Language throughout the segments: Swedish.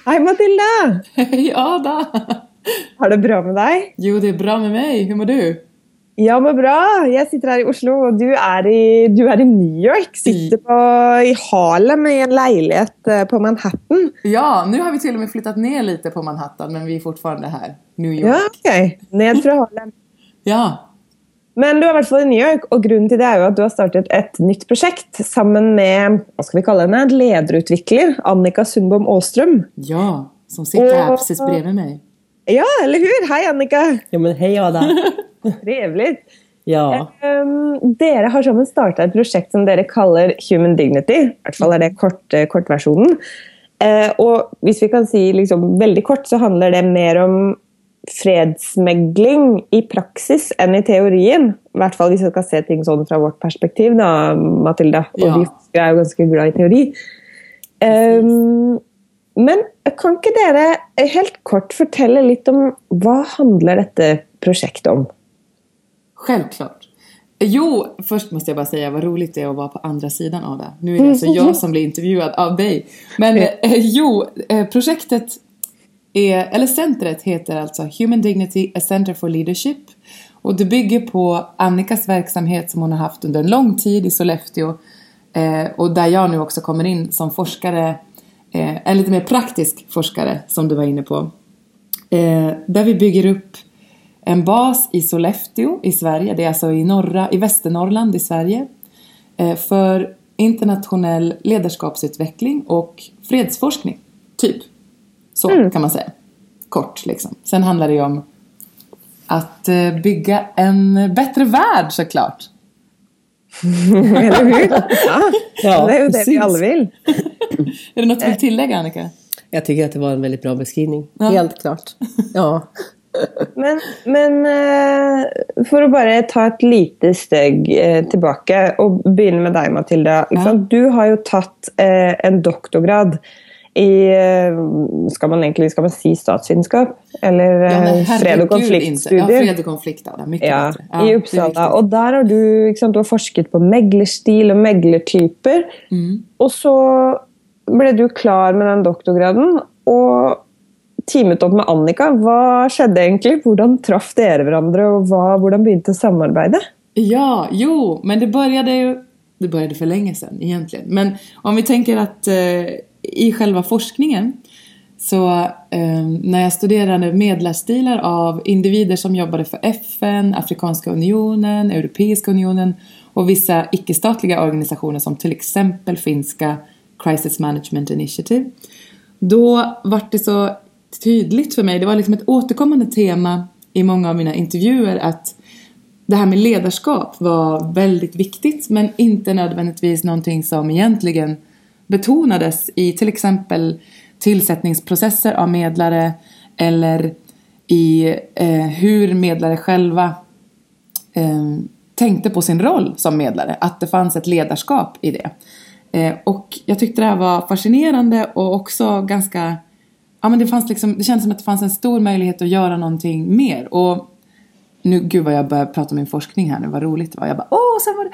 Hej Matilda! Hej Ada! Har det bra med dig? Jo, det är bra med mig. Hur mår du? Jag mår bra. Jag sitter här i Oslo och du är i New York. Sitter i Harlem i en lägenhet på Manhattan. Ja, nu har vi till och med flyttat ner lite på Manhattan, men vi är fortfarande här. New York. Ja, okej. Ned från Harlem. Ja. Men du har i alla fall i New York, och grunden till det är ju att du har startat ett nytt projekt samman med, vad ska vi kalla henne, ledarutvecklare, Annika Sundbom Åström. Ja, som sitter här precis bredvid mig. Ja, eller hur? Hej Annika! Ja, men hej Ada. Trevligt. Ja. Dere har sammen startet et projekt som dere kaller Human Dignity. I hvert fall er det kortversjonen. Og hvis vi kan si liksom, veldig kort, så handler det mer om fredsmegling i praksis enn i teorien. I hvert fall hvis vi skal se ting sånn fra vårt perspektiv, da, Matilda. Og Ja. vi er jo ganske glad i teori. Men kan ikke dere helt kort fortelle litt om hva handler dette projektet om? Självklart. Jo, först måste jag bara säga vad roligt det är att vara på andra sidan av det. Nu är det alltså jag som blir intervjuad av dig. Men projektet eller centret heter alltså Human Dignity, a Center for Leadership. Och det bygger på Annikas verksamhet som hon har haft under en lång tid i Sollefteå. Och där jag nu också kommer in som forskare, en lite mer praktisk forskare som du var inne på. Där vi bygger upp en bas i Sollefteå i Sverige, det är alltså i Västernorrland i Sverige, för internationell ledarskapsutveckling och fredsforskning, typ. Så kan man säga, kort liksom. Sen handlar det ju om att bygga en bättre värld, såklart. Eller hur? Ja, det är ju det vi alla vill. Är det något du vill tillägga, Annika? Jag tycker att det var en väldigt bra beskrivning. Ja. Helt klart. Ja. Men för att bara ta ett litet steg tillbaka och börja med dig, Matilda. Ja. Du har ju tagit en doktorgrad i, ska man säga statsvetenskap eller fred- och konfliktstudier. Ja, fred- och konflikt, ja, mycket bättre. Ja, i Uppsala. Och där har du har forskat på meglerstil och meglertyper. Och så blev du klar med den doktorgraden och teamet upp med Annika. Vad skedde egentligen? Hur träffade dere varandra och hur började samarbeta? Ja, men det började för länge sedan egentligen. Men om vi tänker att i själva forskningen, så när jag studerade medlarstilar av individer som jobbade för FN, Afrikanska unionen, Europeiska unionen och vissa icke-statliga organisationer som till exempel finska Crisis Management Initiative, då var det så tydligt för mig, det var liksom ett återkommande tema i många av mina intervjuer, att det här med ledarskap var väldigt viktigt, men inte nödvändigtvis någonting som egentligen betonades i till exempel tillsättningsprocesser av medlare, eller i hur medlare själva tänkte på sin roll som medlare, att det fanns ett ledarskap i det. Och jag tyckte det här var fascinerande och också ganska, ja, men det kändes som att det fanns en stor möjlighet att göra någonting mer. Och nu, gud vad jag börjar prata om min forskning här nu, vad roligt det var. Jag bara, sen var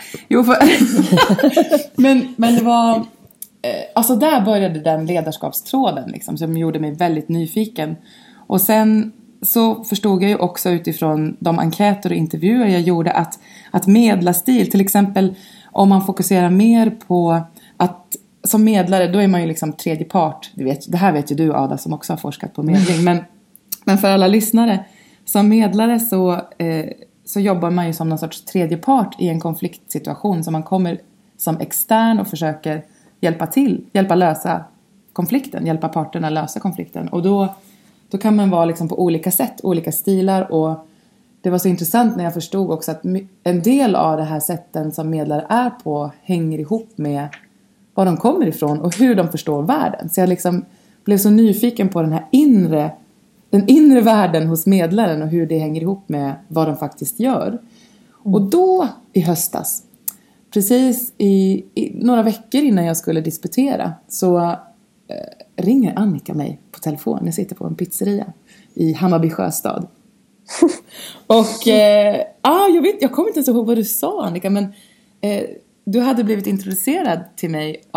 det men det var alltså där började den ledarskapstråden liksom, som gjorde mig väldigt nyfiken. Och sen så förstod jag ju också utifrån de enkäter och intervjuer jag gjorde att medlarstil, till exempel om man fokuserar mer på att som medlare, då är man ju liksom tredje part. Det här vet ju du, Ada, som också har forskat på medling. Men för alla lyssnare, som medlare så jobbar man ju som någon sorts tredje part i en konfliktsituation. Så man kommer som extern och försöker hjälpa lösa konflikten, hjälpa parterna lösa konflikten. Och då kan man vara liksom på olika sätt, olika stilar. Och det var så intressant när jag förstod också att en del av det här sätten som medlare är på hänger ihop med var de kommer ifrån och hur de förstår världen. Så jag liksom blev så nyfiken på den inre världen hos medlaren och hur det hänger ihop med vad de faktiskt gör. Och då i höstas, precis i några veckor innan jag skulle disputera, så ringer Annika mig på telefon. Jag sitter på en pizzeria i Hammarby Sjöstad. Och jag kommer inte ens ihåg vad du sa, Annika, men du hade blivit introducerad till mig av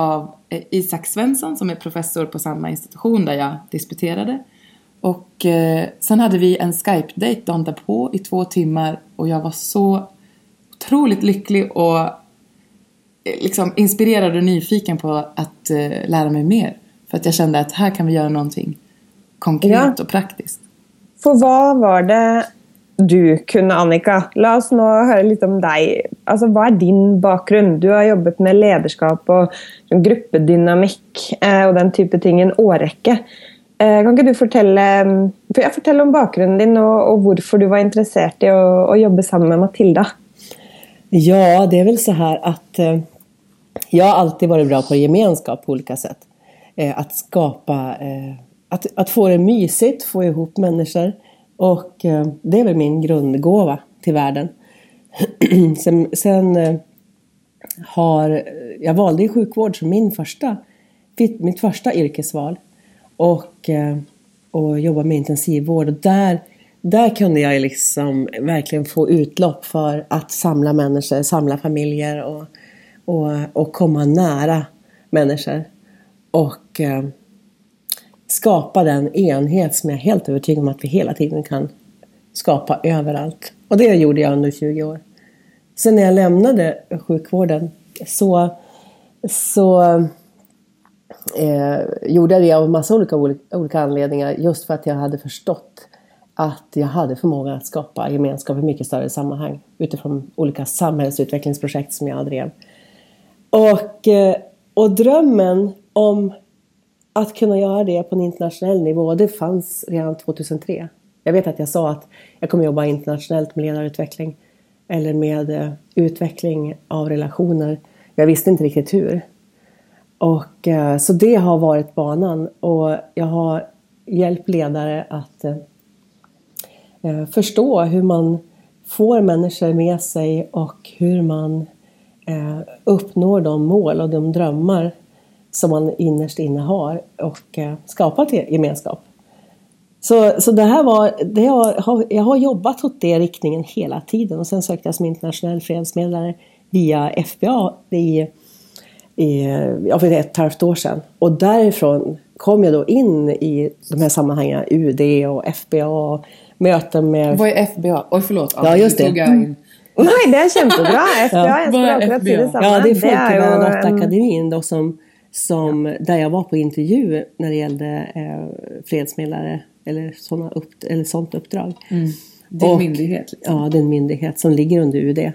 Isak Svensson som är professor på samma institution där jag disputerade. Och sen hade vi en Skype-date dagen därpå i 2 timmar. Och jag var så otroligt lycklig och liksom inspirerad och nyfiken på att lära mig mer. För att jag kände att här kan vi göra någonting konkret och praktiskt. För vad var det du kunde, Annika? Låt oss nu höra lite om dig. Alltså, vad är din bakgrund? Du har jobbat med ledarskap och gruppedynamik och den typen av ting en årräcke. Kan inte du fortælle om bakgrunden din och varför du var intresserad i att jobba samman med Matilda? Ja, det är väl så här att jag har alltid varit bra på gemenskap på olika sätt. Att skapa, att få det mysigt, få ihop människor. Och det är väl min grundgåva till världen. Sen har jag valde i sjukvård som mitt första yrkesval. Och jobba med intensivvård. Och där kunde jag liksom verkligen få utlopp för att samla människor, samla familjer och komma nära människor. Och skapa den enhet som jag är helt övertygad om att vi hela tiden kan skapa överallt. Och det gjorde jag under 20 år. Sen när jag lämnade sjukvården så gjorde jag det av en massa olika anledningar. Just för att jag hade förstått att jag hade förmåga att skapa gemenskap i mycket större sammanhang. Utifrån olika samhällsutvecklingsprojekt som jag drev. Och drömmen om att kunna göra det på en internationell nivå, det fanns redan 2003. Jag vet att jag sa att jag kommer jobba internationellt med ledarutveckling. Eller med utveckling av relationer. Jag visste inte riktigt hur. Och så det har varit banan. Och jag har hjälpt ledare att förstå hur man får människor med sig. Och hur man uppnår de mål och de drömmar som man innerst inne har. Och skapar till gemenskap. Så det här jag har jobbat åt det riktningen hela tiden. Och sen sökte jag som internationell fredsmedlare via FBA för 1,5 år sedan. Och därifrån kom jag då in i de här sammanhangen, UD och FBA, möten med... Vad är FBA? Oj, förlåt. Ja, just det. Nej, det är jättebra. FBA, jag skulle akkurat säga detsamma. Ja, det är Folkbildningsakademin då där jag var på intervju när det gällde fredsmedlare eller sånt uppdrag. Det är en myndighet. Liksom. Ja, det är en myndighet som ligger under UD.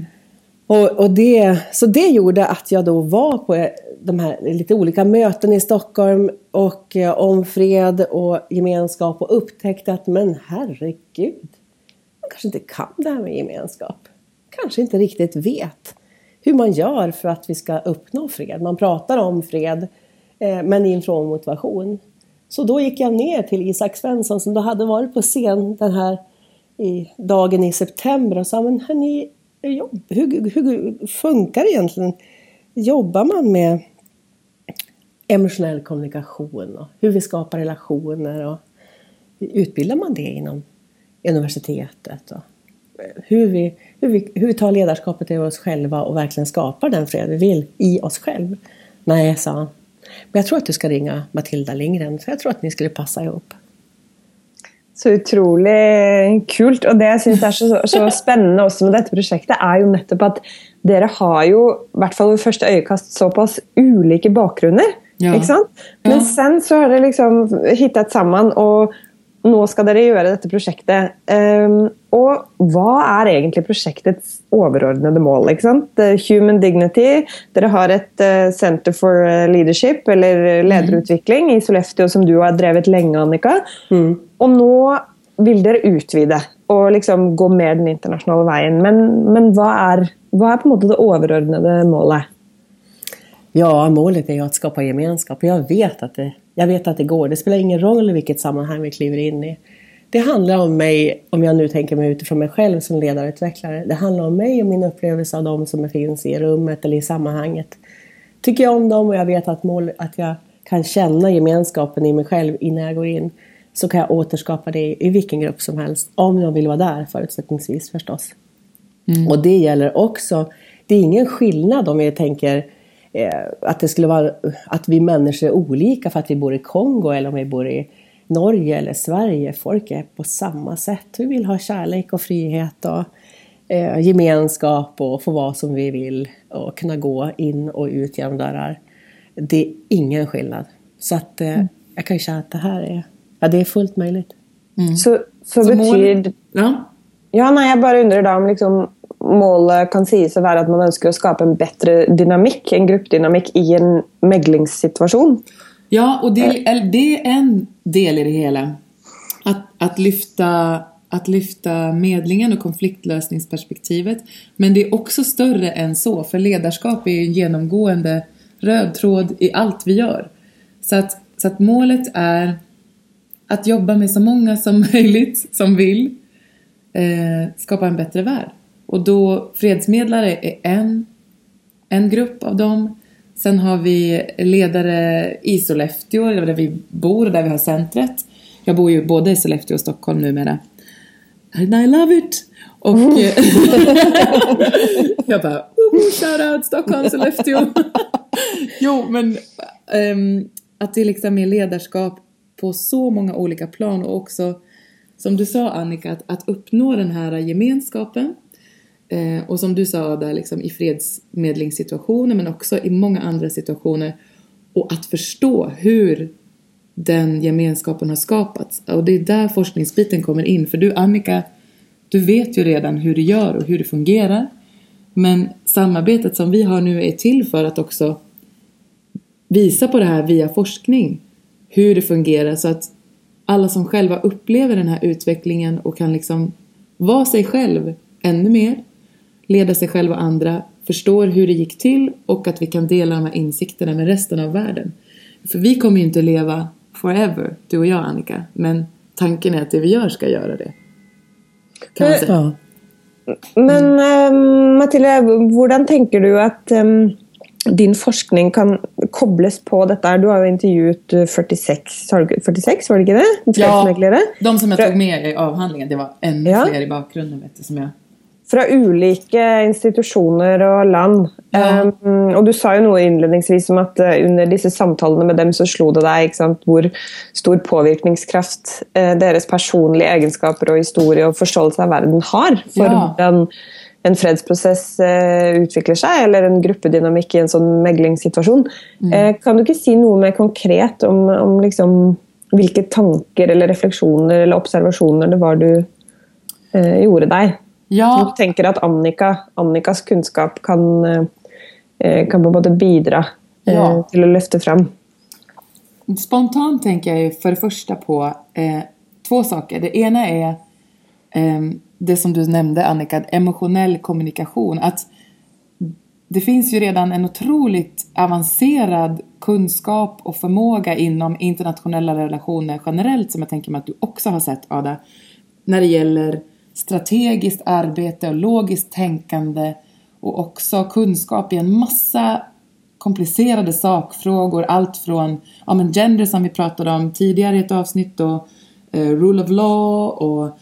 Så det gjorde att jag då var på de här lite olika möten i Stockholm och om fred och gemenskap och upptäckte att men herregud, man kanske inte kan det här med gemenskap. Kanske inte riktigt vet hur man gör för att vi ska uppnå fred. Man pratar om fred men i en från motivation. Så då gick jag ner till Isak Svensson som då hade varit på scen den här dagen i september och sa men hörni, hur funkar det egentligen? Jobbar man med emotionell kommunikation och hur vi skapar relationer och utbildar man det inom universitetet och hur vi tar ledarskapet i oss själva och verkligen skapar den fred vi vill i oss själv. Nej, sa han. Men jag tror att du ska ringa Matilda Lindgren för jag tror att ni skulle passa ihop. Så utrolig kult, och det jeg synes er så spennende også med dette prosjektet er jo nettopp at dere har jo, i hvert fall ved første øyekast, såpass ulike bakgrunner, ikke sant? Men sen så har dere liksom hittat sammen, og nå skal dere gjøre dette prosjektet. Og hva er egentlig prosjektets overordnede mål, ikke sant? Human Dignity, dere har et Center for Leadership, eller lederutvikling, i Sollefteå, som du har drevet lenge, Annika. Og nå vil dere utvide og liksom gå mer den internasjonale veien. Men hva er på en måte det overordnede målet? Ja, målet är ju att skapa gemenskap. Jag vet att det går. Det spelar ingen roll i vilket sammanhang vi kliver in i. Det handlar om mig, om jag nu tänker mig utifrån mig själv som ledarutvecklare. Det handlar om mig och min upplevelse av dem som finns i rummet eller i sammanhanget. Tycker jag om dem och jag vet att jag kan känna gemenskapen i mig själv innan jag går in, så kan jag återskapa det i vilken grupp som helst. Om jag vill vara där förutsättningsvis förstås. Och det gäller också, det är ingen skillnad om jag tänker att det skulle vara att vi människor är olika för att vi bor i Kongo eller om vi bor i Norge eller Sverige. Folk är på samma sätt. Vi vill ha kärlek och frihet och gemenskap och få vara som vi vill och kunna gå in och ut genom dörrar. Det är ingen skillnad. Så att jag kan ju känna att det här det är fullt möjligt. Så betyder... Ja, nej, jag bara undrar då om liksom målet kan sägas att vara att man önskar att skapa en bättre dynamik, en gruppdynamik i en meglingssituation. Ja, och det är en del i det hela. Att lyfta medlingen och konfliktlösningsperspektivet. Men det är också större än så. För ledarskap är ju en genomgående röd tråd i allt vi gör. Så att målet är att jobba med så många som möjligt som vill skapa en bättre värld. Och då fredsmedlare är en grupp av dem. Sen har vi ledare i Sollefteå, där vi bor och där vi har centret. Jag bor ju både i Sollefteå och Stockholm numera. And I love it! Och jag bara, shout out Stockholm, Sollefteå! Jo, men att det liksom är ledarskap på så många olika plan. Och också, som du sa Annika, att uppnå den här gemenskapen. Och som du sa där, liksom, i fredsmedlingssituationer men också i många andra situationer. Och att förstå hur den gemenskapen har skapats. Och det är där forskningsbiten kommer in. För du Annika, du vet ju redan hur det gör och hur det fungerar. Men samarbetet som vi har nu är till för att också visa på det här via forskning. Hur det fungerar så att alla som själva upplever den här utvecklingen och kan liksom vara sig själv ännu mer. Leda sig själv och andra. Förstår hur det gick till och att vi kan dela de här insikterna med resten av världen. För vi kommer ju inte leva forever, du och jag Annika. Men tanken är att det vi gör ska göra det. Kan man säga. Men Matilda, hur tänker du att din forskning kan kopplas på detta? Du har ju intervjuat 46 var det inte det? Ja, de som jag tog med i avhandlingen, det var ännu fler i bakgrunden vet du, som jag... Från olika institutioner och land. Ja. Och du sa ju något inledningsvis om att under dessa samtalen med dem så slog det dig, hur stor påverkningskraft deras personliga egenskaper och historia och förståelse av världen har för hur en fredsprocess utvecklar sig eller en gruppdynamik i en sån meglingssituation. Kan du inte säga något mer konkret om liksom, vilka tankar eller reflektioner eller observationer det var du gjorde dig? Ja. Jag tänker att Annikas kunskap kan på både bidra till att lyfta fram. Spontant tänker jag för det första på två saker. Det ena är det som du nämnde Annika, emotionell kommunikation. Att det finns ju redan en otroligt avancerad kunskap och förmåga inom internationella relationer generellt som jag tänker mig att du också har sett Ada. När det gäller strategiskt arbete och logiskt tänkande och också kunskap i en massa komplicerade sakfrågor. Allt från gender som vi pratade om tidigare i ett avsnitt och rule of law och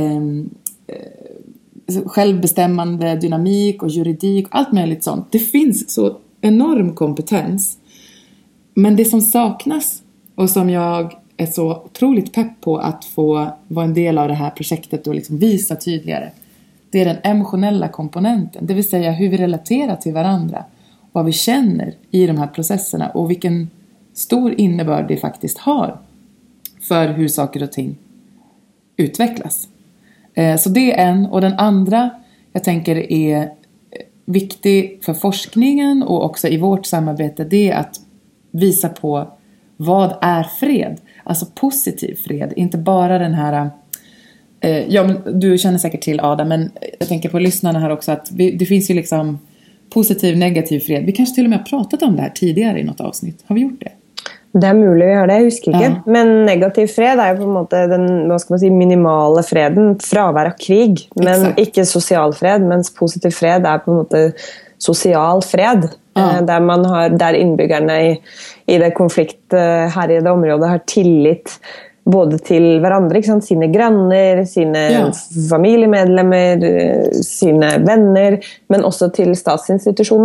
självbestämmande dynamik och juridik och allt möjligt sånt. Det finns så enorm kompetens. Men det som saknas och som jag är så otroligt pepp på att få vara en del av det här projektet och liksom visa tydligare. Det är den emotionella komponenten. Det vill säga hur vi relaterar till varandra. Vad vi känner i de här processerna. Och vilken stor innebörd det faktiskt har. För hur saker och ting utvecklas. Så det är en. Och den andra jag tänker är viktig för forskningen. Och också i vårt samarbete. Det är att visa på vad är fred. Alltså positiv fred. Inte bara den här... du känner säkert till Ada. Men jag tänker på lyssnarna här också. Att det finns ju liksom positiv, negativ fred. Vi kanske till och med har pratat om det här tidigare i något avsnitt. Har vi gjort det? Det är möjligt vi har det, jag husker inte. Ja. Men negativ fred är ju på en måte den, vad ska man säga, minimala freden. Frånvaro av krig. Men inte social fred. Men positiv fred är på en måte social fred. Där man har, där inbyggarna i det konflikthärjade området har tillit både till varandra, liksom, sina grannar, sina familjemedlemmar, sina vänner, men också till statsinstitutionerna.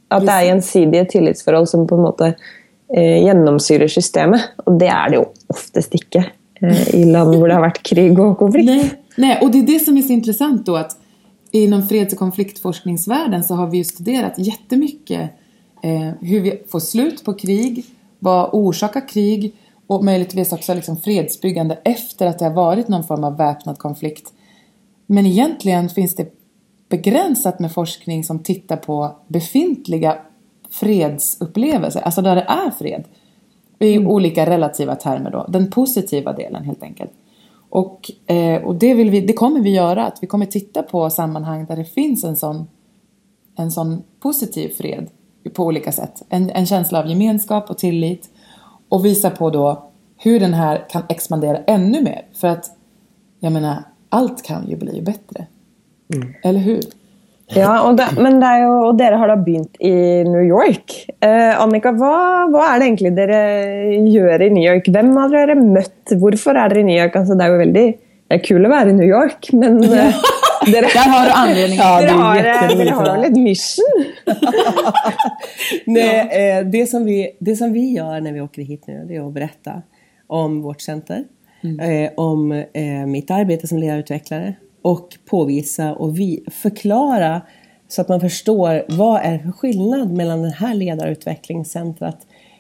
At det gjensidige tillitsforhold som på en måte genomsyrer systemet. Och det är det ju oftast inte i land där det har varit krig och konflikt. Nej, och det är det som är så intressant då, att inom freds- och konfliktforskningsvärlden så har vi ju studerat jättemycket hur vi får slut på krig, vad orsakar krig och möjligtvis också liksom fredsbyggande efter att det har varit någon form av väpnad konflikt. Men egentligen finns det begränsat med forskning som tittar på befintliga fredsupplevelser, alltså där det är fred i olika relativa termer då, den positiva delen helt enkelt. Och det kommer vi göra, att vi kommer titta på sammanhang där det finns en sån positiv fred på olika sätt, en känsla av gemenskap och tillit, och visa på då hur den här kan expandera ännu mer, för att jag menar, allt kan ju bli bättre. Eller hur? Ja, men det är ju, och dere har då begynt i New York. Annika, vad är det egentligen dere gör i New York? Vem har dere mött? Varför är det i New York? Alltså, det är ju väldigt kul att vara i New York, men där har du anledningen. Ja, dere har väl ett mission? Nej, det som vi gör när vi åker hit nu, det är att berätta om vårt center, om mitt arbete som ledarutvecklare, och påvisa och förklara så att man förstår vad är för skillnad mellan den här ledarutvecklingscentret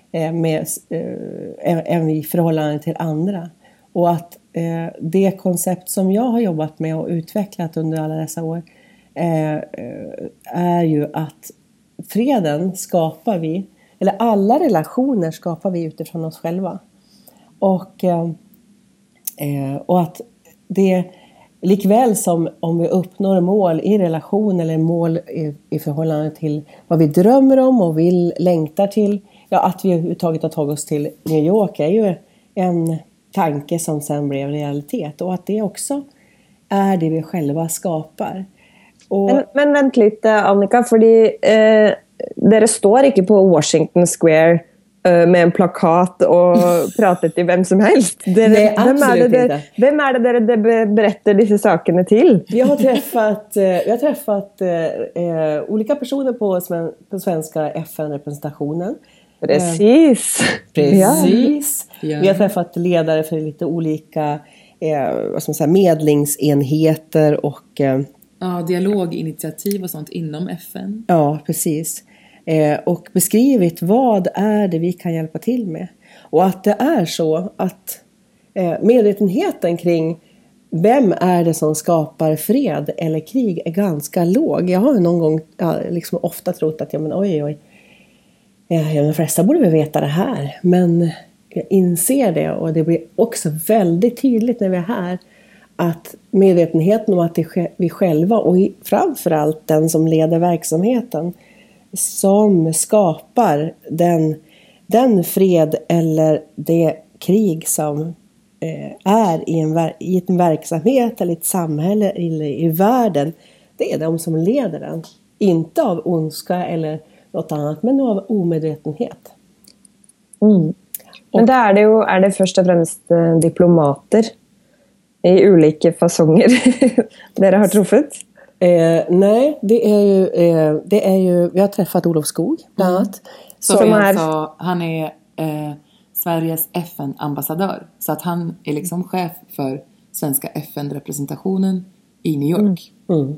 även i förhållande till andra. Och att det koncept som jag har jobbat med och utvecklat under alla dessa år är ju att freden skapar vi, eller alla relationer skapar vi utifrån oss själva. Och att det likväl som om vi uppnår mål i relation eller mål i förhållande till vad vi drömmer om och vill längtar till. Ja, att vi överhuvudtaget har tagit oss till New York är ju en tanke som sen blev realitet. Och att det också är det vi själva skapar. Och men vänt lite, Annika, för dere står inte på Washington Square med en plakat och pratar till vem som helst. Vem är det dere berättar dessa sakerna till? Vi har träffat olika personer på svenska FN-representationen. Precis. Ja. Vi har träffat ledare för lite olika medlingsenheter och dialoginitiativ och sånt inom FN. Ja, precis. Och beskrivit vad är det vi kan hjälpa till med. Och att det är så att medvetenheten kring vem är det som skapar fred eller krig är ganska låg. Jag har någon gång liksom ofta trott att de flesta borde väl veta det här. Men jag inser det, och det blir också väldigt tydligt när vi är här, att medvetenheten om att det är vi själva och framförallt den som leder verksamheten som skapar den fred eller det krig som är i en verksamhet eller ett samhälle eller i världen. Det är de som leder den. Inte av ondska eller något annat, men av omedvetenhet. Men där är det först och främst diplomater i olika fasonger dere har truffat? Nej, det är ju vi har träffat Olof Skog bland annat. Han är Sveriges FN-ambassadör, så att han är liksom chef för svenska FN-representationen i New York.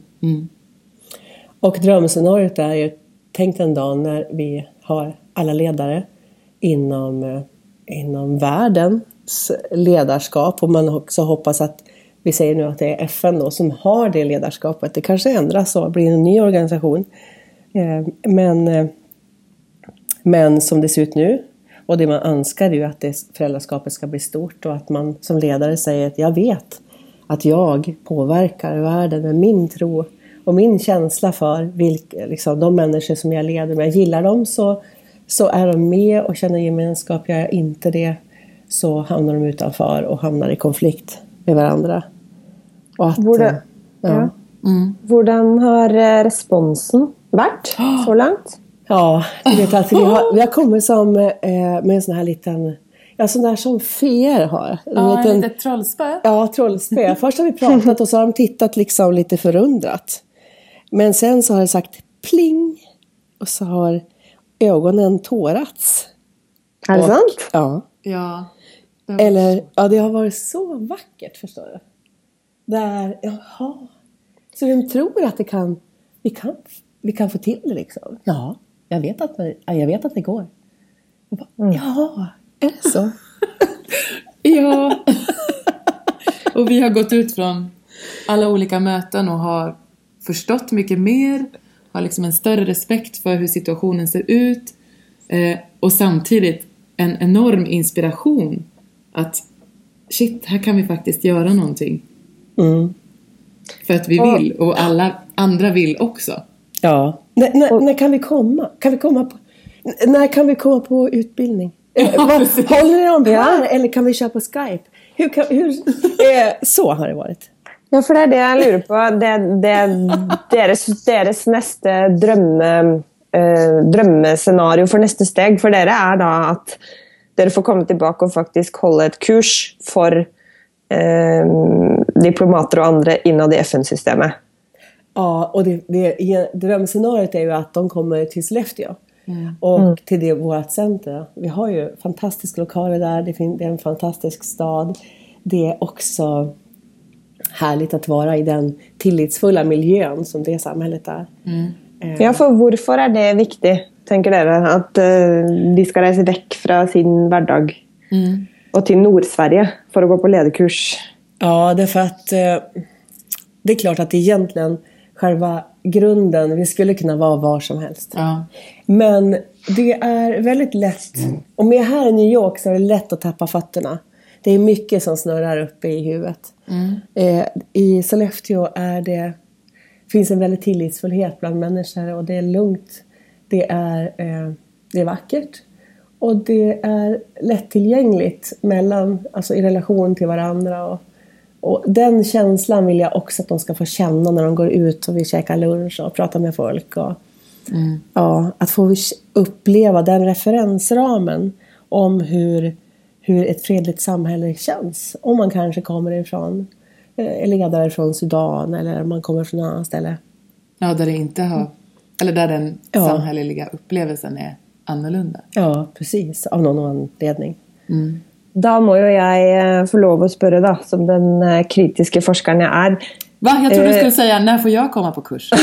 Och drömscenariot är ju, tänk en dag när vi har alla ledare inom världens ledarskap, och man också hoppas att vi säger nu att det är FN då som har det ledarskapet. Det kanske ändras och blir en ny organisation. Men som det ser ut nu, och det man önskar är ju att föräldraskapet ska bli stort, och att man som ledare säger att jag vet att jag påverkar världen med min tro och min känsla för de människor som jag leder med. Jag gillar dem så är de med och känner gemenskap. Jag är inte det, så hamnar de utanför och hamnar i konflikt med varandra. Och att, Hvordan har responsen varit så långt? Ja, du vet att vi har kommit som med en sån här liten, sån där som feer har. En liten trollspö. Ja, trollspö. Först har vi pratat och så har de tittat liksom lite förundrat. Men sen så har det sagt pling. Och så har ögonen tårats. Är det sant? Ja. Ja. Eller, ja, det har varit så vackert, förstår du. Där, jaha. Så de tror att vi kan få till det liksom. Ja, jag vet att det går. Ja, är det så? Ja. Och vi har gått ut från alla olika möten och har förstått mycket mer. Har liksom en större respekt för hur situationen ser ut. Och samtidigt en enorm inspiration. Att shit, här kan vi faktiskt göra någonting. Mm. För att vi vill. Och alla andra vill också. Ja. När kan vi komma? När kan vi komma på utbildning? Håller ni om här eller kan vi köra på Skype? Så har det varit. Ja, for det det jeg lurer på. Deres neste drømmescenario for neste steg for dere da at dere får komme tilbake og faktisk holde et kurs for diplomater och andra innad i FN-systemet. Ja, och drömscenariot är ju att de kommer till Sollefteå. Och till det vårt center. Vi har ju fantastiska lokaler där. Det är en fantastisk stad. Det är också härligt att vara i den tillitsfulla miljön som det samhället är. Ja, för varför är det viktigt, tänker dere, att de ska resa väck från sin vardag och till Nordsverige för att gå på ledarkurs? Ja, det är för att det är klart att egentligen själva grunden, vi skulle kunna vara var som helst. Ja. Men det är väldigt lätt, och med här i New York så är det lätt att tappa fötterna. Det är mycket som snurrar uppe i huvudet. I Sollefteå finns en väldigt tillitsfullhet bland människor och det är lugnt. Det är vackert och det är lättillgängligt i relation till varandra. Och den känslan vill jag också att de ska få känna när de går ut och vi käkar lunch och pratar med folk. Och, att få uppleva den referensramen om hur ett fredligt samhälle känns. Om man kanske kommer ifrån ledare från Sudan eller man kommer från en annan ställe. Ja, där det inte har, eller där den samhälleliga upplevelsen är annorlunda. Ja, precis. Av någon anledning. Da må jo jeg få lov å spørre da, som den kritiske forskeren jeg er. Va? Jag tror du skulle säga, när får jag komma på kurs?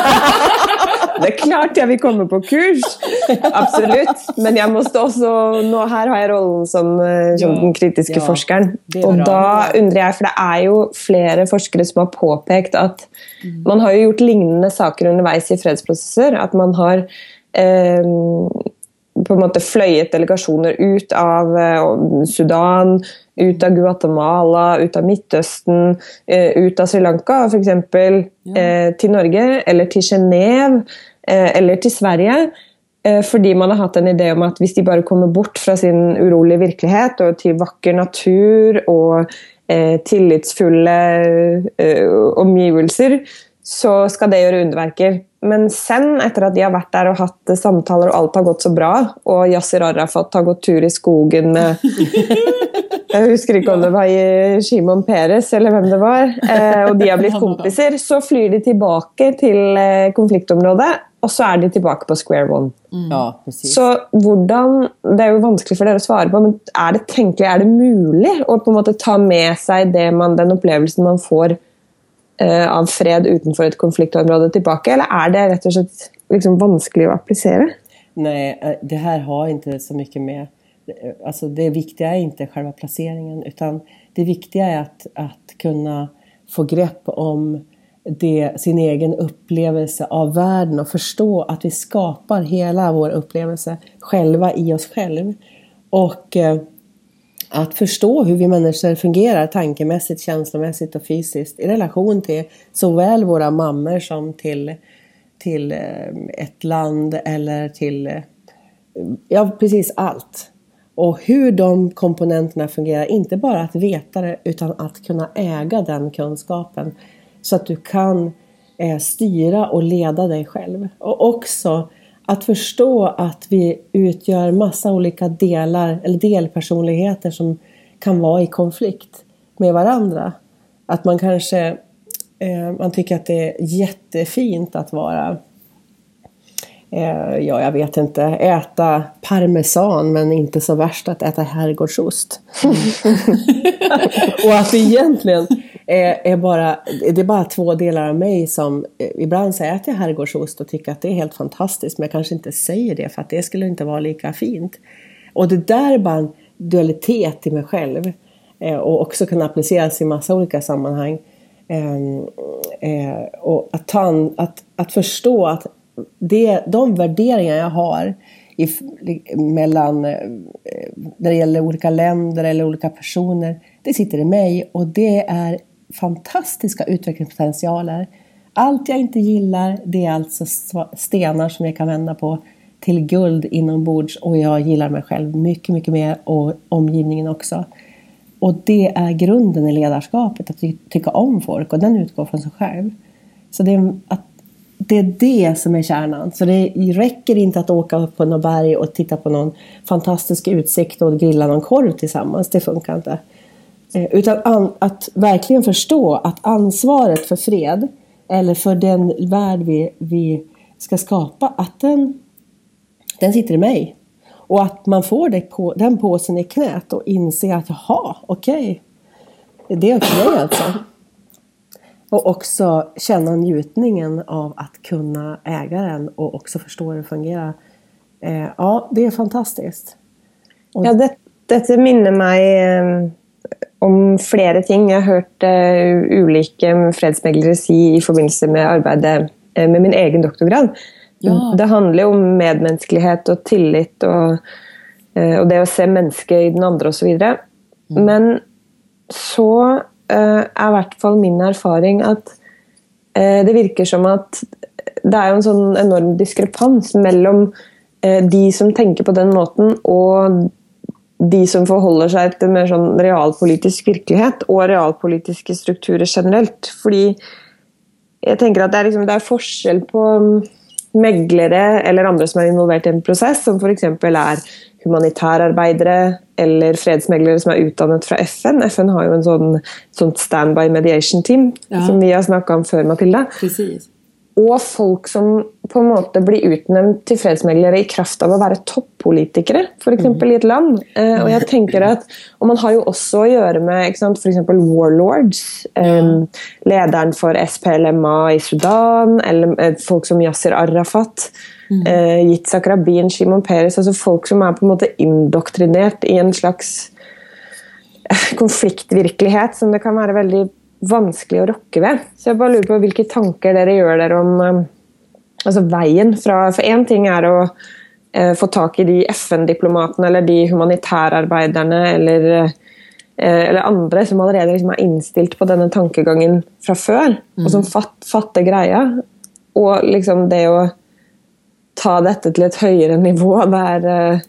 Det är klart jag vill komma på kurs. Absolut. Men jag måste också, här har jag rollen som den kritiske forskeren. Och då undrar jag, för det är ju flera forskare som har påpekat att man har ju gjort lignande saker underveis i fredsprocesser. Att man har på en måte fløyet delegasjoner ut av Sudan, ut av Guatemala, ut av Midtøsten, ut av Sri Lanka for eksempel, til Norge, eller til Genève, eller til Sverige, fordi man har hatt en idé om at hvis de bare kommer bort fra sin urolige virkelighet og til vakker natur og tillitsfulle omgivelser, så skal det gjøre underverker. Men sen, efter att de har varit där och haft samtaler och allt har gått så bra, och Yasser Arafat har gått tur i skogen med jag husker inte om det var Shimon Peres eller vem det var, och de har blivit kompiser, så flyr de tillbaka till konfliktområdet och så är de tillbaka på square one. Ja, precis. Så hvordan, det är ju vanskligt för er att svara på, men är det möjligt att på något ta med sig den upplevelsen man får av fred utanför ett konfliktområde tillbaka, eller är det rätt och slett liksom vanskligt att applicera? Nej, det här har inte så mycket med, alltså det viktiga är inte själva placeringen, utan det viktiga är att kunna få grepp om sin egen upplevelse av världen och förstå att vi skapar hela vår upplevelse själva i oss själv, och att förstå hur vi människor fungerar tankemässigt, känslomässigt och fysiskt i relation till såväl våra mammor som till ett land eller till precis allt. Och hur de komponenterna fungerar, inte bara att veta det utan att kunna äga den kunskapen så att du kan styra och leda dig själv. Och också att förstå att vi utgör massa olika delar eller delpersonligheter som kan vara i konflikt med varandra. Att man kanske man tycker att det är jättefint att vara Ja, jag vet inte. Äta parmesan, men inte så värst att äta herrgårdsost. Och att det egentligen är bara 2 delar av mig som ibland så äter jag herrgårdsost och tycker att det är helt fantastiskt, men jag kanske inte säger det för att det skulle inte vara lika fint. Och det där är bara en dualitet i mig själv, och också kunna appliceras i massa olika sammanhang. Och att förstå att de värderingar jag har mellan när det gäller olika länder eller olika personer, det sitter i mig, och det är fantastiska utvecklingspotentialer. Allt jag inte gillar, det är alltså stenar som jag kan vända på till guld inombords, och jag gillar mig själv mycket, mycket mer, och omgivningen också. Och det är grunden i ledarskapet, att tycka om folk, och den utgår från sig själv. Så det är det som är kärnan. Så det räcker inte att åka upp på någon berg och titta på någon fantastisk utsikt och grilla någon korv tillsammans. Det funkar inte. Utan att verkligen förstå att ansvaret för fred, eller för den värld vi ska skapa, att den sitter i mig. Och att man får den påsen i knät och inser att jaha, okej. Det är okej alltså. Och också känna njutningen av att kunna äga den och också förstå hur det fungerar. Ja, det är fantastiskt. Ja, dette minner mig om flera ting. Jag har hört olika fredsmeglare si i förbindelse med arbetet med min egen doktorgrad. Ja. Det handlar om medmänsklighet och tillit och det att se människor i den andra och så vidare. Men så är i hvert fall min erfaring att det virker som att det är en sån enorm diskrepans mellan de som tänker på den måten och de som förhåller sig till mer sån realpolitisk verklighet och realpolitiska strukturer generellt. Fordi jag tänker att det är forskjell på meglere eller andra som är involverade i en process, som för exempel är humanitärarbetare eller fredsmeglare som är utdannet från FN. FN har ju en sån standby mediation team som vi har snackat om för, Matilda. Precis. Och folk som på en måte blir utnämnt till fredsmeglare i kraft av att vara toppolitiker, för exempel i ett land. Och jag tänker att, och man har ju också att göra med, för exempel warlords, ledaren för SPLMA i Sudan, eller folk som Yasser Arafat, Yitzhak Rabin, Shimon Peres, alltså folk som är på en måte indoktrinerat i en slags konfliktvirkelighet som det kan vara väldigt vanskelig att rocka ved. Så jag bara lurer på vilka tankar dere gör där om alltså vägen från, för en ting är att få tag i de FN-diplomaterna eller de humanitärarbetarna eller andra som allerede liksom är instilt på denna tankegången från förr och som fattar greia, och liksom det att ta detta till ett högre nivå där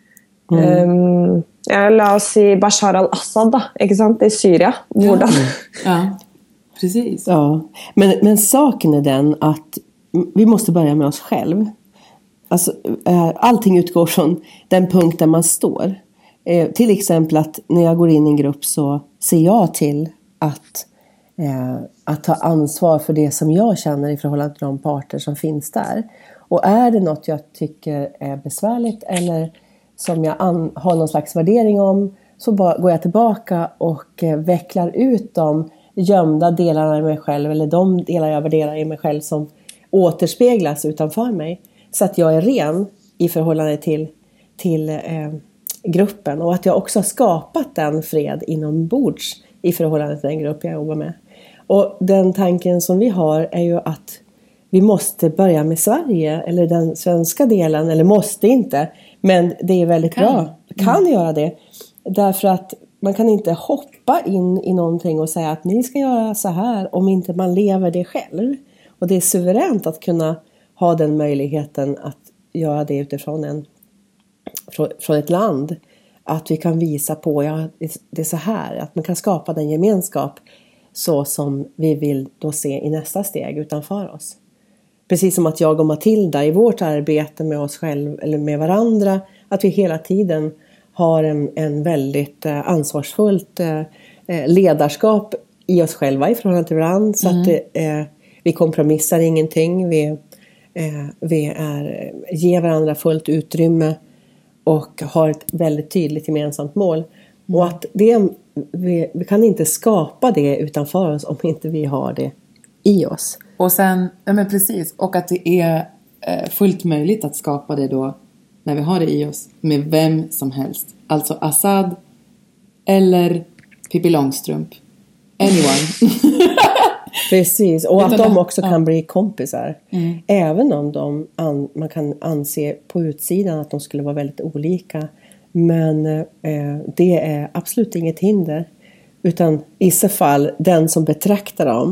la oss si Bashar al-Assad då, inte sant, i Syrien. Hvordan? Ja, precis. Ja, men saken är den att vi måste börja med oss själv. Alltså, allting utgår från den punkt där man står. Till exempel att när jag går in i en grupp så ser jag till att ta ansvar för det som jag känner i förhållande till de parter som finns där. Och är det något jag tycker är besvärligt eller som jag har någon slags värdering om, så går jag tillbaka och vecklar ut de gömda delarna i mig själv, eller de delar jag värderar i mig själv som återspeglas utanför mig, så att jag är ren i förhållande till gruppen, och att jag också har skapat den fred inombords i förhållande till den grupp jag jobbar med. Och den tanken som vi har är ju att vi måste börja med Sverige, eller den svenska delen, eller måste inte, men det är väldigt bra. Kan göra det. Därför att man kan inte hoppa in i någonting och säga att ni ska göra så här om inte man lever det själv. Och det är suveränt att kunna ha den möjligheten att göra det utifrån från ett land. Att vi kan visa på, det är så här, att man kan skapa den gemenskap så som vi vill då se i nästa steg utanför oss. Precis som att jag och Matilda i vårt arbete med oss själva eller med varandra, att vi hela tiden har en väldigt ansvarsfullt ledarskap i oss själva i förhållande till varandra. Så att vi kompromissar ingenting. vi ger varandra fullt utrymme och har ett väldigt tydligt gemensamt mål. Och att vi kan inte skapa det utanför oss om inte vi har det i oss. Och sen, ja men precis, och att det är fullt möjligt att skapa det då när vi har det i oss med vem som helst. Alltså Assad eller Pippi Långstrump. Anyone. Precis, och att de också kan bli kompisar. Även om man kan anse på utsidan att de skulle vara väldigt olika. Men det är absolut inget hinder. Utan i så fall den som betraktar dem.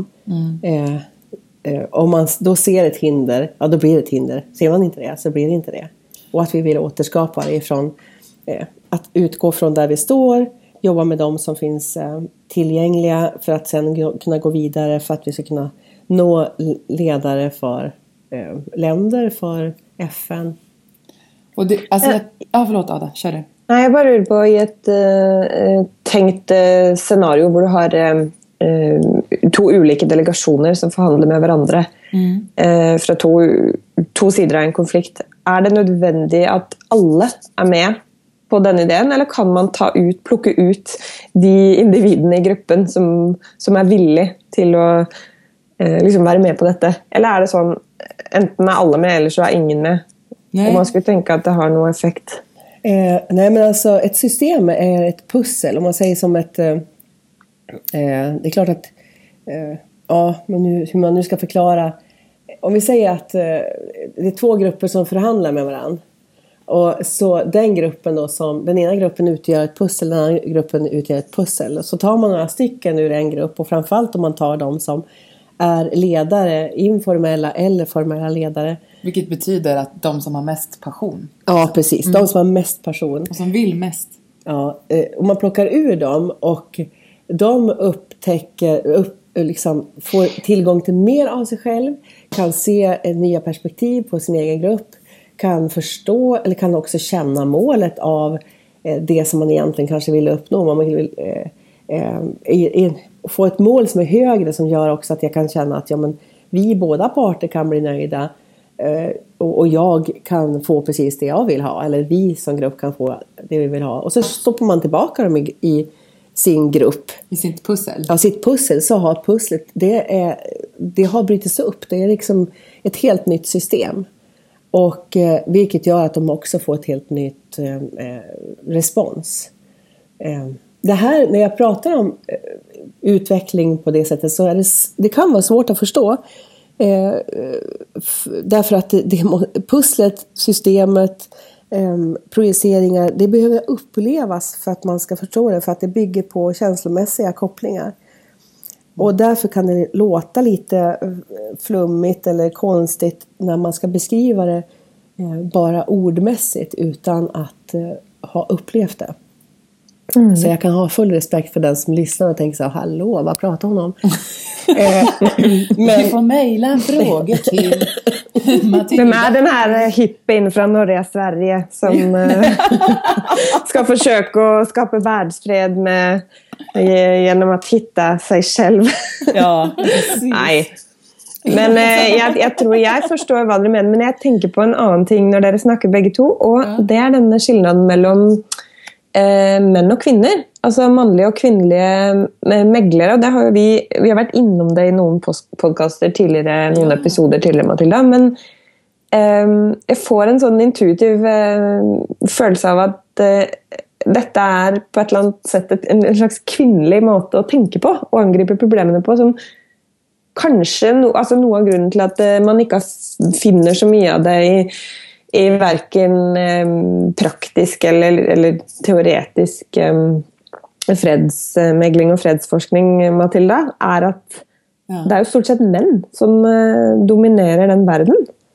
Om man då ser ett hinder, ja då blir det ett hinder. Ser man inte det så blir det inte det. Och att vi vill återskapa det ifrån att utgå från där vi står. Jobba med dem som finns tillgängliga för att sen kunna gå vidare. För att vi ska kunna nå ledare för länder, för FN. Och det, alltså, förlåt Ada, kör du. Nej, jag bara lurer på i ett tänkt scenario hvor du har to ulike delegasjoner som forhandler med hverandre fra to sider av en konflikt. Er det nødvendig at alle er med på den ideen, eller kan man plukke ut de individene i gruppen som er villige til å liksom være med på dette? Eller er det sånn, enten er alle med, eller så er ingen med? Nej. Och man skulle tänka att det har någon effekt. Nej, men alltså ett system är ett pussel. Om man säger som ett... det är klart att... men hur man nu ska förklara... Om vi säger att det är två grupper som förhandlar med varandra. Och så den gruppen då som... Den ena gruppen utgör ett pussel, den andra gruppen utgör ett pussel. Så tar man några stycken ur en grupp, och framförallt om man tar dem som är ledare, informella eller formella ledare. Vilket betyder att de som har mest passion. Ja, precis. De som har mest passion. Och som vill mest. Ja, och man plockar ur dem och de liksom får tillgång till mer av sig själv. Kan se nya perspektiv på sin egen grupp. Kan förstå eller kan också känna målet av det som man egentligen kanske vill uppnå. Man vill få ett mål som är högre, som gör också att jag kan känna att vi båda parter kan bli nöjda. Och jag kan få precis det jag vill ha. Eller vi som grupp kan få det vi vill ha. Och så stoppar man tillbaka dem i sin grupp. I sitt pussel. Ja, sitt pussel. Så har pusslet, det har brutits upp. Det är liksom ett helt nytt system. Och vilket gör att de också får ett helt nytt respons. Det här, när jag pratar om utveckling på det sättet, så är det kan vara svårt att förstå. Därför att pusslet, systemet, projiceringar, det behöver upplevas för att man ska förstå det, för att det bygger på känslomässiga kopplingar. Och därför kan det låta lite flummigt eller konstigt när man ska beskriva det bara ordmässigt utan att ha upplevt det. Så jag kan ha full respekt för den som lyssnar och tänker så här: hallå, vad pratar hon om? Men... Du får mejla frågor till Matilda. Vem är den här hippien från norra Sverige som ska försöka skapa världsfred genom att hitta sig själv? Ja, nej. Men jag tror jag förstår vad du menar, men jag tänker på en annan ting när dere snackar bägge två, och det är den skillnaden mellan män och kvinnor, alltså manliga och kvinnliga meglare. Det har vi har varit inom det i någon podcaster tidigare, någon episoder tidigare, Matilda, men jag får en sån intuitiv känsla av att detta är på ett eller annat sätt en slags kvinnlig måte att tänka på och angripa problemen på, som kanske någon av grunden till att man inte finner så mycket av det i varken praktisk eller teoretisk fredsmegling och fredsforskning, Matilda, är att det är ju stort sett män som dominerar den världen.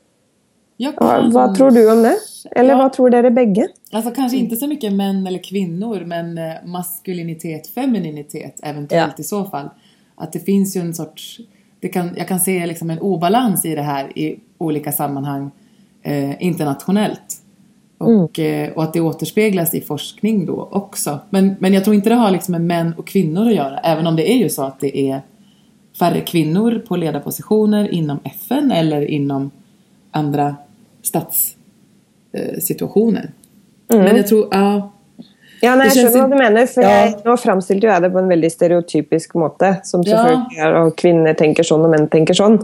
Vad tror du om det? Eller vad tror dere bägge? Alltså kanske inte så mycket män eller kvinnor, men maskulinitet, femininitet eventuellt i så fall. Att det finns ju en sorts... jag kan se liksom en obalans i det här i olika sammanhang internationellt. Och att det återspeglas i forskning då också. Men jag tror inte det har liksom med män och kvinnor att göra. Även om det är ju så att det är färre kvinnor på ledarpositioner inom FN eller inom andra statssituationer. Men jag tror, Ja, nej, jag skjønner hva du mener, for nå framstilte jeg det på en veldig stereotypisk måte, som selvfølgelig er, og kvinner tenker sånn, og menn tenker sånn.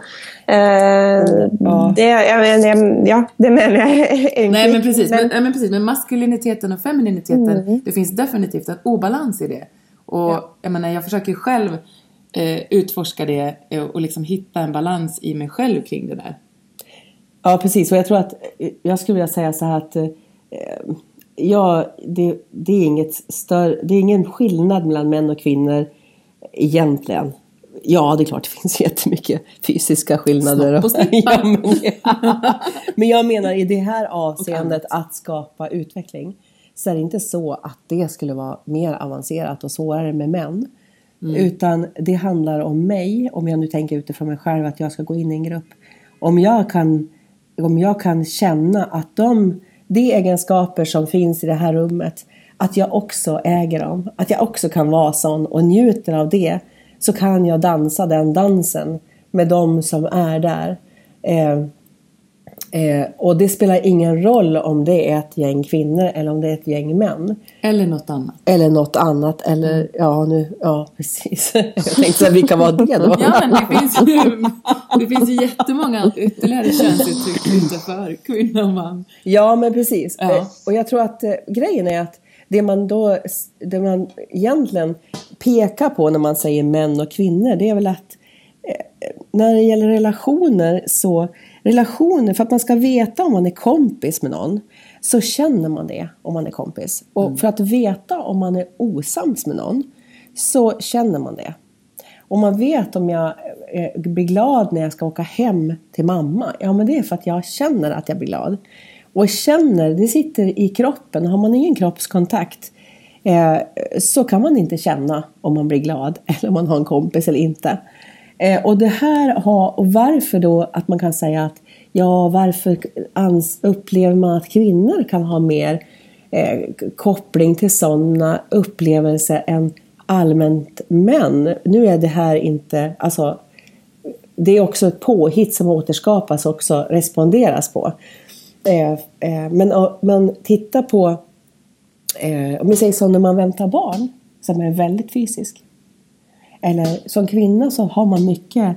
Det mener jeg egentlig. Nej, men precis. Men precis, med maskuliniteten och femininiteten, det finns definitivt en obalans i det. Och jag menar, jag försöker själv utforska det och liksom hitta en balans i mig själv kring det där. Ja, precis. Och jag tror att jag skulle vilja säga så här att det är inget större, det är ingen skillnad mellan män och kvinnor egentligen. Ja, det är klart det finns jättemycket fysiska skillnader. Men jag menar i det här avseendet att skapa utveckling, så är det inte så att det skulle vara mer avancerat och svårare med män. Utan det handlar om mig, om jag nu tänker utifrån mig själv att jag ska gå in i en grupp. Om jag kan känna att de egenskaper som finns i det här rummet, att jag också äger dem, att jag också kan vara sån och njuter av det, så kan jag dansa den dansen med de som är där. Och det spelar ingen roll om det är ett gäng kvinnor eller om det är ett gäng män. Eller något annat. Eller precis. Jag tänkte att vi kan vara det då. Ja, men det finns ju jättemånga ytterligare könsuttryck utanför kvinna och man. Ja, men precis. Ja. Och jag tror att grejen är att det man egentligen pekar på när man säger män och kvinnor, det är väl att när det gäller relationer, för att man ska veta om man är kompis med någon, så känner man det om man är kompis. Och för att veta om man är osams med någon, så känner man det. Och man vet om jag blir glad när jag ska åka hem till mamma. Ja, men det är för att jag känner att jag blir glad. Och det sitter i kroppen. Har man ingen kroppskontakt, så kan man inte känna om man blir glad eller om man har en kompis eller inte. Och det här och varför då att man kan säga att varför upplever man att kvinnor kan ha mer koppling till sådana upplevelser än allmänt män. Nu är det här inte, alltså det är också ett påhitt som återskapas och också responderas på. Men titta på om vi säger så, när man väntar barn som är väldigt fysisk. Eller som kvinna så har man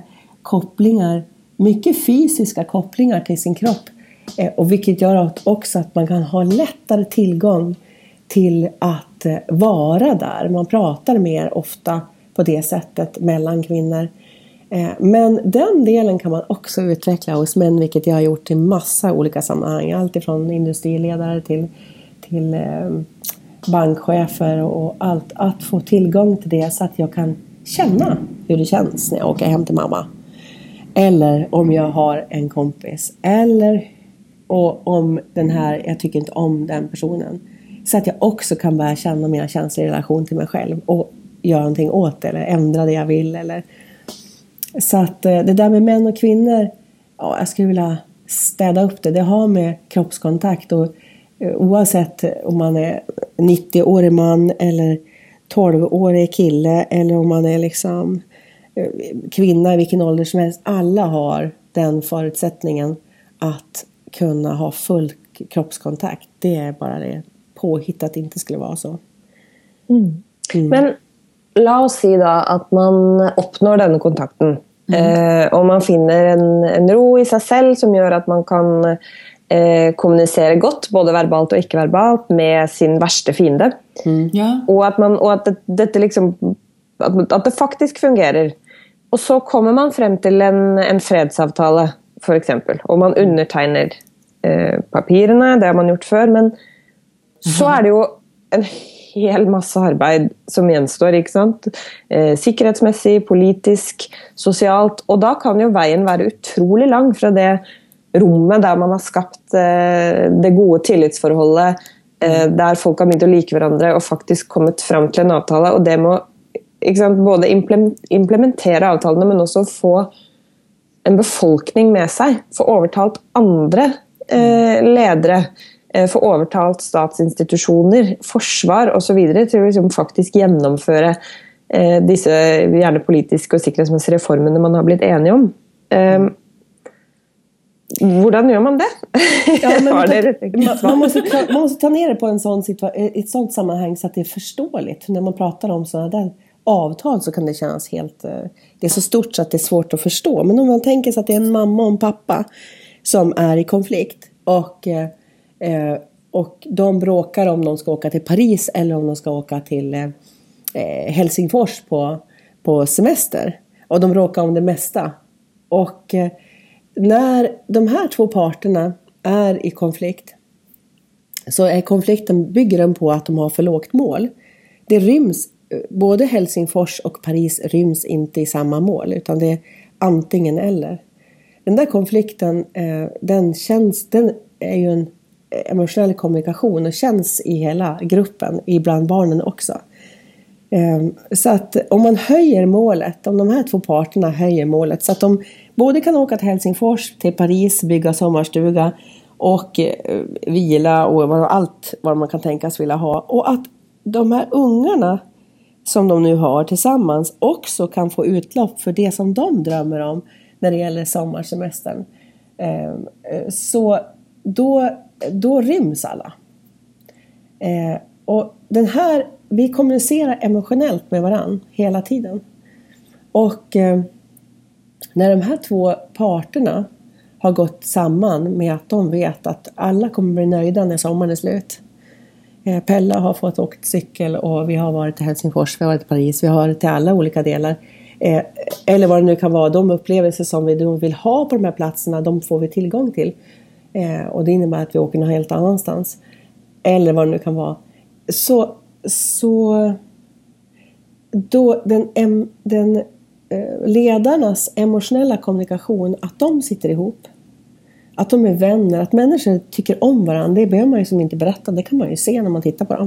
mycket fysiska kopplingar till sin kropp. Och vilket gör också att man kan ha lättare tillgång till att vara där. Man pratar mer ofta på det sättet mellan kvinnor. Men den delen kan man också utveckla hos män, vilket jag har gjort i massa olika sammanhang. Allt ifrån industriledare till bankchefer och allt. Att få tillgång till det så att jag kan känna hur det känns när jag åker hem till mamma. Eller om jag har en kompis. Och om jag tycker inte om den personen. Så att jag också kan börja känna mina känslor i relation till mig själv. Och göra någonting åt det. Eller ändra det jag vill. Så att det där med män och kvinnor. Ja, jag skulle vilja städa upp det. Det har med kroppskontakt. Och oavsett om man är 90-årig man eller 12-årig kille. Eller om man är liksom kvinna i vilken ålder som helst. Alla har den förutsättningen att kunna ha full kroppskontakt. Det är bara det påhittat att det inte skulle vara så. Men la oss si da at man oppnår denne kontakten. Og man finner en ro i seg selv som gjør at man kan kommunisere godt, både verbalt og ikke-verbalt, med sin verste fiende. Og at dette liksom, at det faktisk fungerer. Og så kommer man frem til en fredsavtale, for eksempel. Og man undertegner papirene, det har man gjort før, men så er det jo en hel masse arbeid som gjenstår, ikke sant? Sikkerhetsmessig, politisk, sosialt, og da kan jo veien være utrolig lang fra det rommet der man har skapt det gode tillitsforholdet, der folk har begynt å like hverandre og faktisk kommet frem til en avtale, og det må, ikke sant, både implementere avtalene, men også få en befolkning med seg, få overtalt andre ledere, få overtalt statsinstitusjoner, forsvar og så videre, til å liksom faktisk gjennomføre disse gjerne politiske og sikkerhetsmessige reformene man har blitt enige om. Hvordan gör man det? Ja, men Var det riktigt man måste ta ner det på ett sånt sammanhang så att det är förståeligt. När man pratar om sådana där avtal så kan det kännas helt... Det är så stort så att det är svårt att förstå. Men om man tänker sig att det är en mamma och en pappa som är i konflikt och de bråkar om de ska åka till Paris eller om de ska åka till Helsingfors på semester. Och de bråkar om det mesta. Och när de här två parterna är i konflikt så är konflikten, bygger den på att de har för lågt mål. Det ryms, både Helsingfors och Paris ryms inte i samma mål, utan det är antingen eller. Den där konflikten, den är ju en emotionell kommunikation och känns i hela gruppen, ibland barnen också. Så att om man höjer målet, om de här två parterna höjer målet så att de både kan åka till Helsingfors, till Paris, bygga sommarstuga och vila och allt vad man kan tänkas vilja ha. Och att de här ungarna som de nu har tillsammans också kan få utlopp för det som de drömmer om när det gäller sommarsemestern. Så då ryms alla. Och vi kommunicerar emotionellt med varann hela tiden. Och när de här två parterna har gått samman med att de vet att alla kommer bli nöjda när sommaren är slut. Pella har fått åkt cykel och vi har varit till Helsingfors, vi har varit till Paris, vi har varit till alla olika delar. Eller vad det nu kan vara, de upplevelser som vi vill ha på de här platserna, de får vi tillgång till. Och det innebär att vi åker någon helt annanstans. Eller vad det nu kan vara. Så då den ledarnas emotionella kommunikation, att de sitter ihop, att de är vänner, att människor tycker om varandra, det behöver man ju som inte berätta, det kan man ju se när man tittar på dem.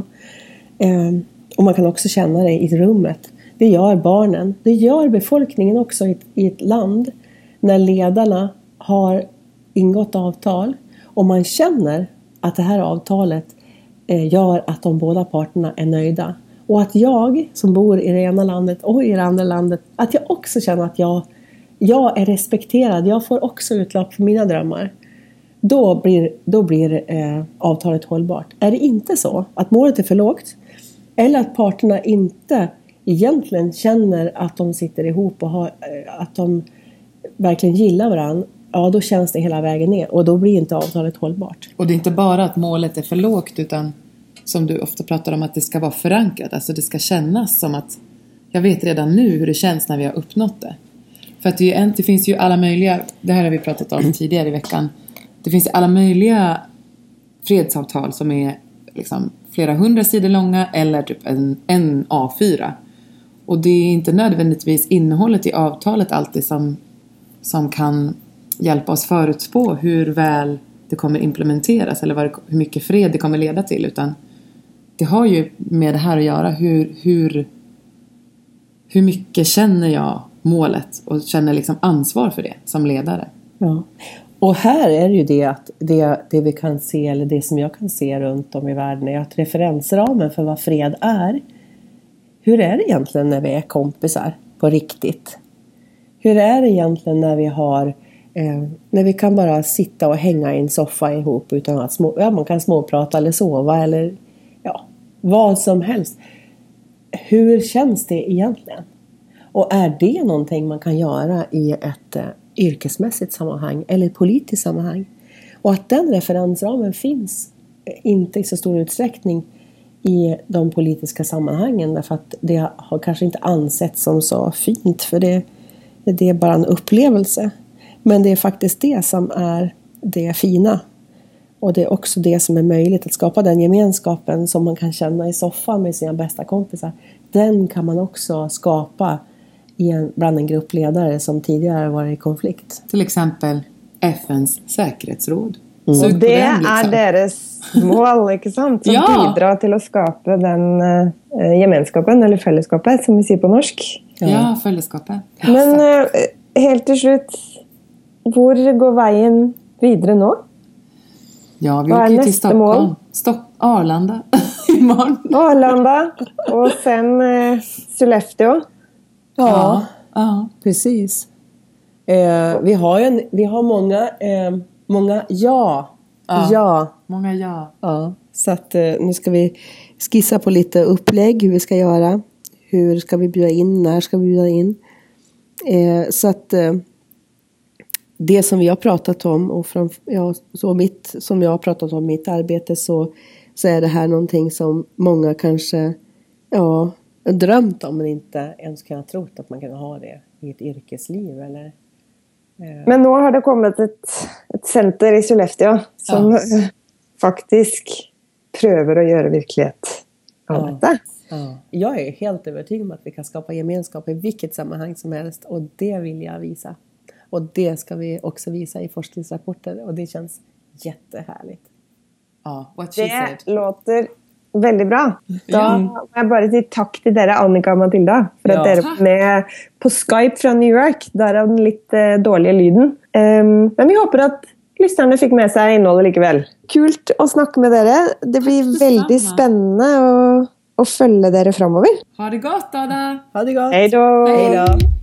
Och man kan också känna det i rummet. Det gör barnen, det gör befolkningen också i ett land när ledarna har ingått avtal och man känner att det här avtalet gör att de båda parterna är nöjda. Och att jag som bor i det ena landet och i det andra landet, att jag också känner att jag är respekterad. Jag får också utlopp för mina drömmar. Då blir avtalet hållbart. Är det inte så att målet är för lågt eller att parterna inte egentligen känner att de sitter ihop och att de verkligen gillar varandra, ja då känns det hela vägen ner och då blir inte avtalet hållbart. Och det är inte bara att målet är för lågt utan som du ofta pratar om att det ska vara förankrat. Alltså det ska kännas som att jag vet redan nu hur det känns när vi har uppnått det. För att det finns ju alla möjliga, det här har vi pratat om tidigare i veckan. Det finns alla möjliga fredsavtal som är liksom flera 100 sidor långa eller typ en A4. Och det är inte nödvändigtvis innehållet i avtalet alltid som kan hjälpa oss förutspå hur väl det kommer implementeras eller hur mycket fred det kommer leda till, utan det har ju med det här att göra hur mycket känner jag målet och känner liksom ansvar för det som ledare. Ja. Och här är det ju det att det vi kan se, eller det som jag kan se runt om i världen, är att referensramen för vad fred är. Hur är det egentligen när vi är kompisar på riktigt? Hur är det egentligen när vi när vi kan bara sitta och hänga i en soffa ihop utan att man kan småprata eller sova eller vad som helst. Hur känns det egentligen? Och är det någonting man kan göra i ett yrkesmässigt sammanhang eller politiskt sammanhang? Och att den referensramen finns inte i så stor utsträckning i de politiska sammanhangen, därför att det har kanske inte ansetts som så fint, för det är bara en upplevelse. Men det är faktiskt det som är det fina. Och det är också det som är möjligt, att skapa den gemenskapen som man kan känna i soffan med sina bästa kompisar. Den kan man också skapa bland en grupp ledare som tidigare varit i konflikt. Till exempel FNs säkerhetsråd. Mm. Så det är deras mål, inte sant? Som bidrar till att skapa den gemenskapen, eller fällskapet som vi säger på norsk. Ja, fällskapet. Men helt till slut, var går vägen vidare nu? Ja, vi åker till Stockholm. Arlanda imorgon. Arlanda och sen Sollefteå. Ja, precis. Vi har många Många ja. Ja. Många ja. Ja. Så att nu ska vi skissa på lite upplägg. Hur vi ska göra. Hur ska vi bjuda in? När ska vi bjuda in? Så att det som vi har pratat om. Och som jag har pratat om mitt arbete. Så är det här någonting som många kanske drömt om. Men inte ens kan ha trott att man kan ha det i ett yrkesliv. Eller... Men nu har det kommit ett center i Sollefteå som faktiskt prövar att göra verklighet av detta. Ja. Jag är helt övertygad om att vi kan skapa gemenskap i vilket sammanhang som helst. Och det vill jag visa. Och det ska vi också visa i forskningsrapporter. Och det känns jättehärligt. Ja, what she said. Det låter väldigt bra. Då må jag bara säga tack till er, Annika och Matilda, för att dere var med på Skype från New York. Där är den lite dåliga lyden. Men vi hoppas att lyssnarna fick med sig innehållet likevel. Kult att snacka med dere. Det blir väldigt spännande att följa dere framåt. Ha det gott, Ada. Ha det gott. Hej då. Hej då.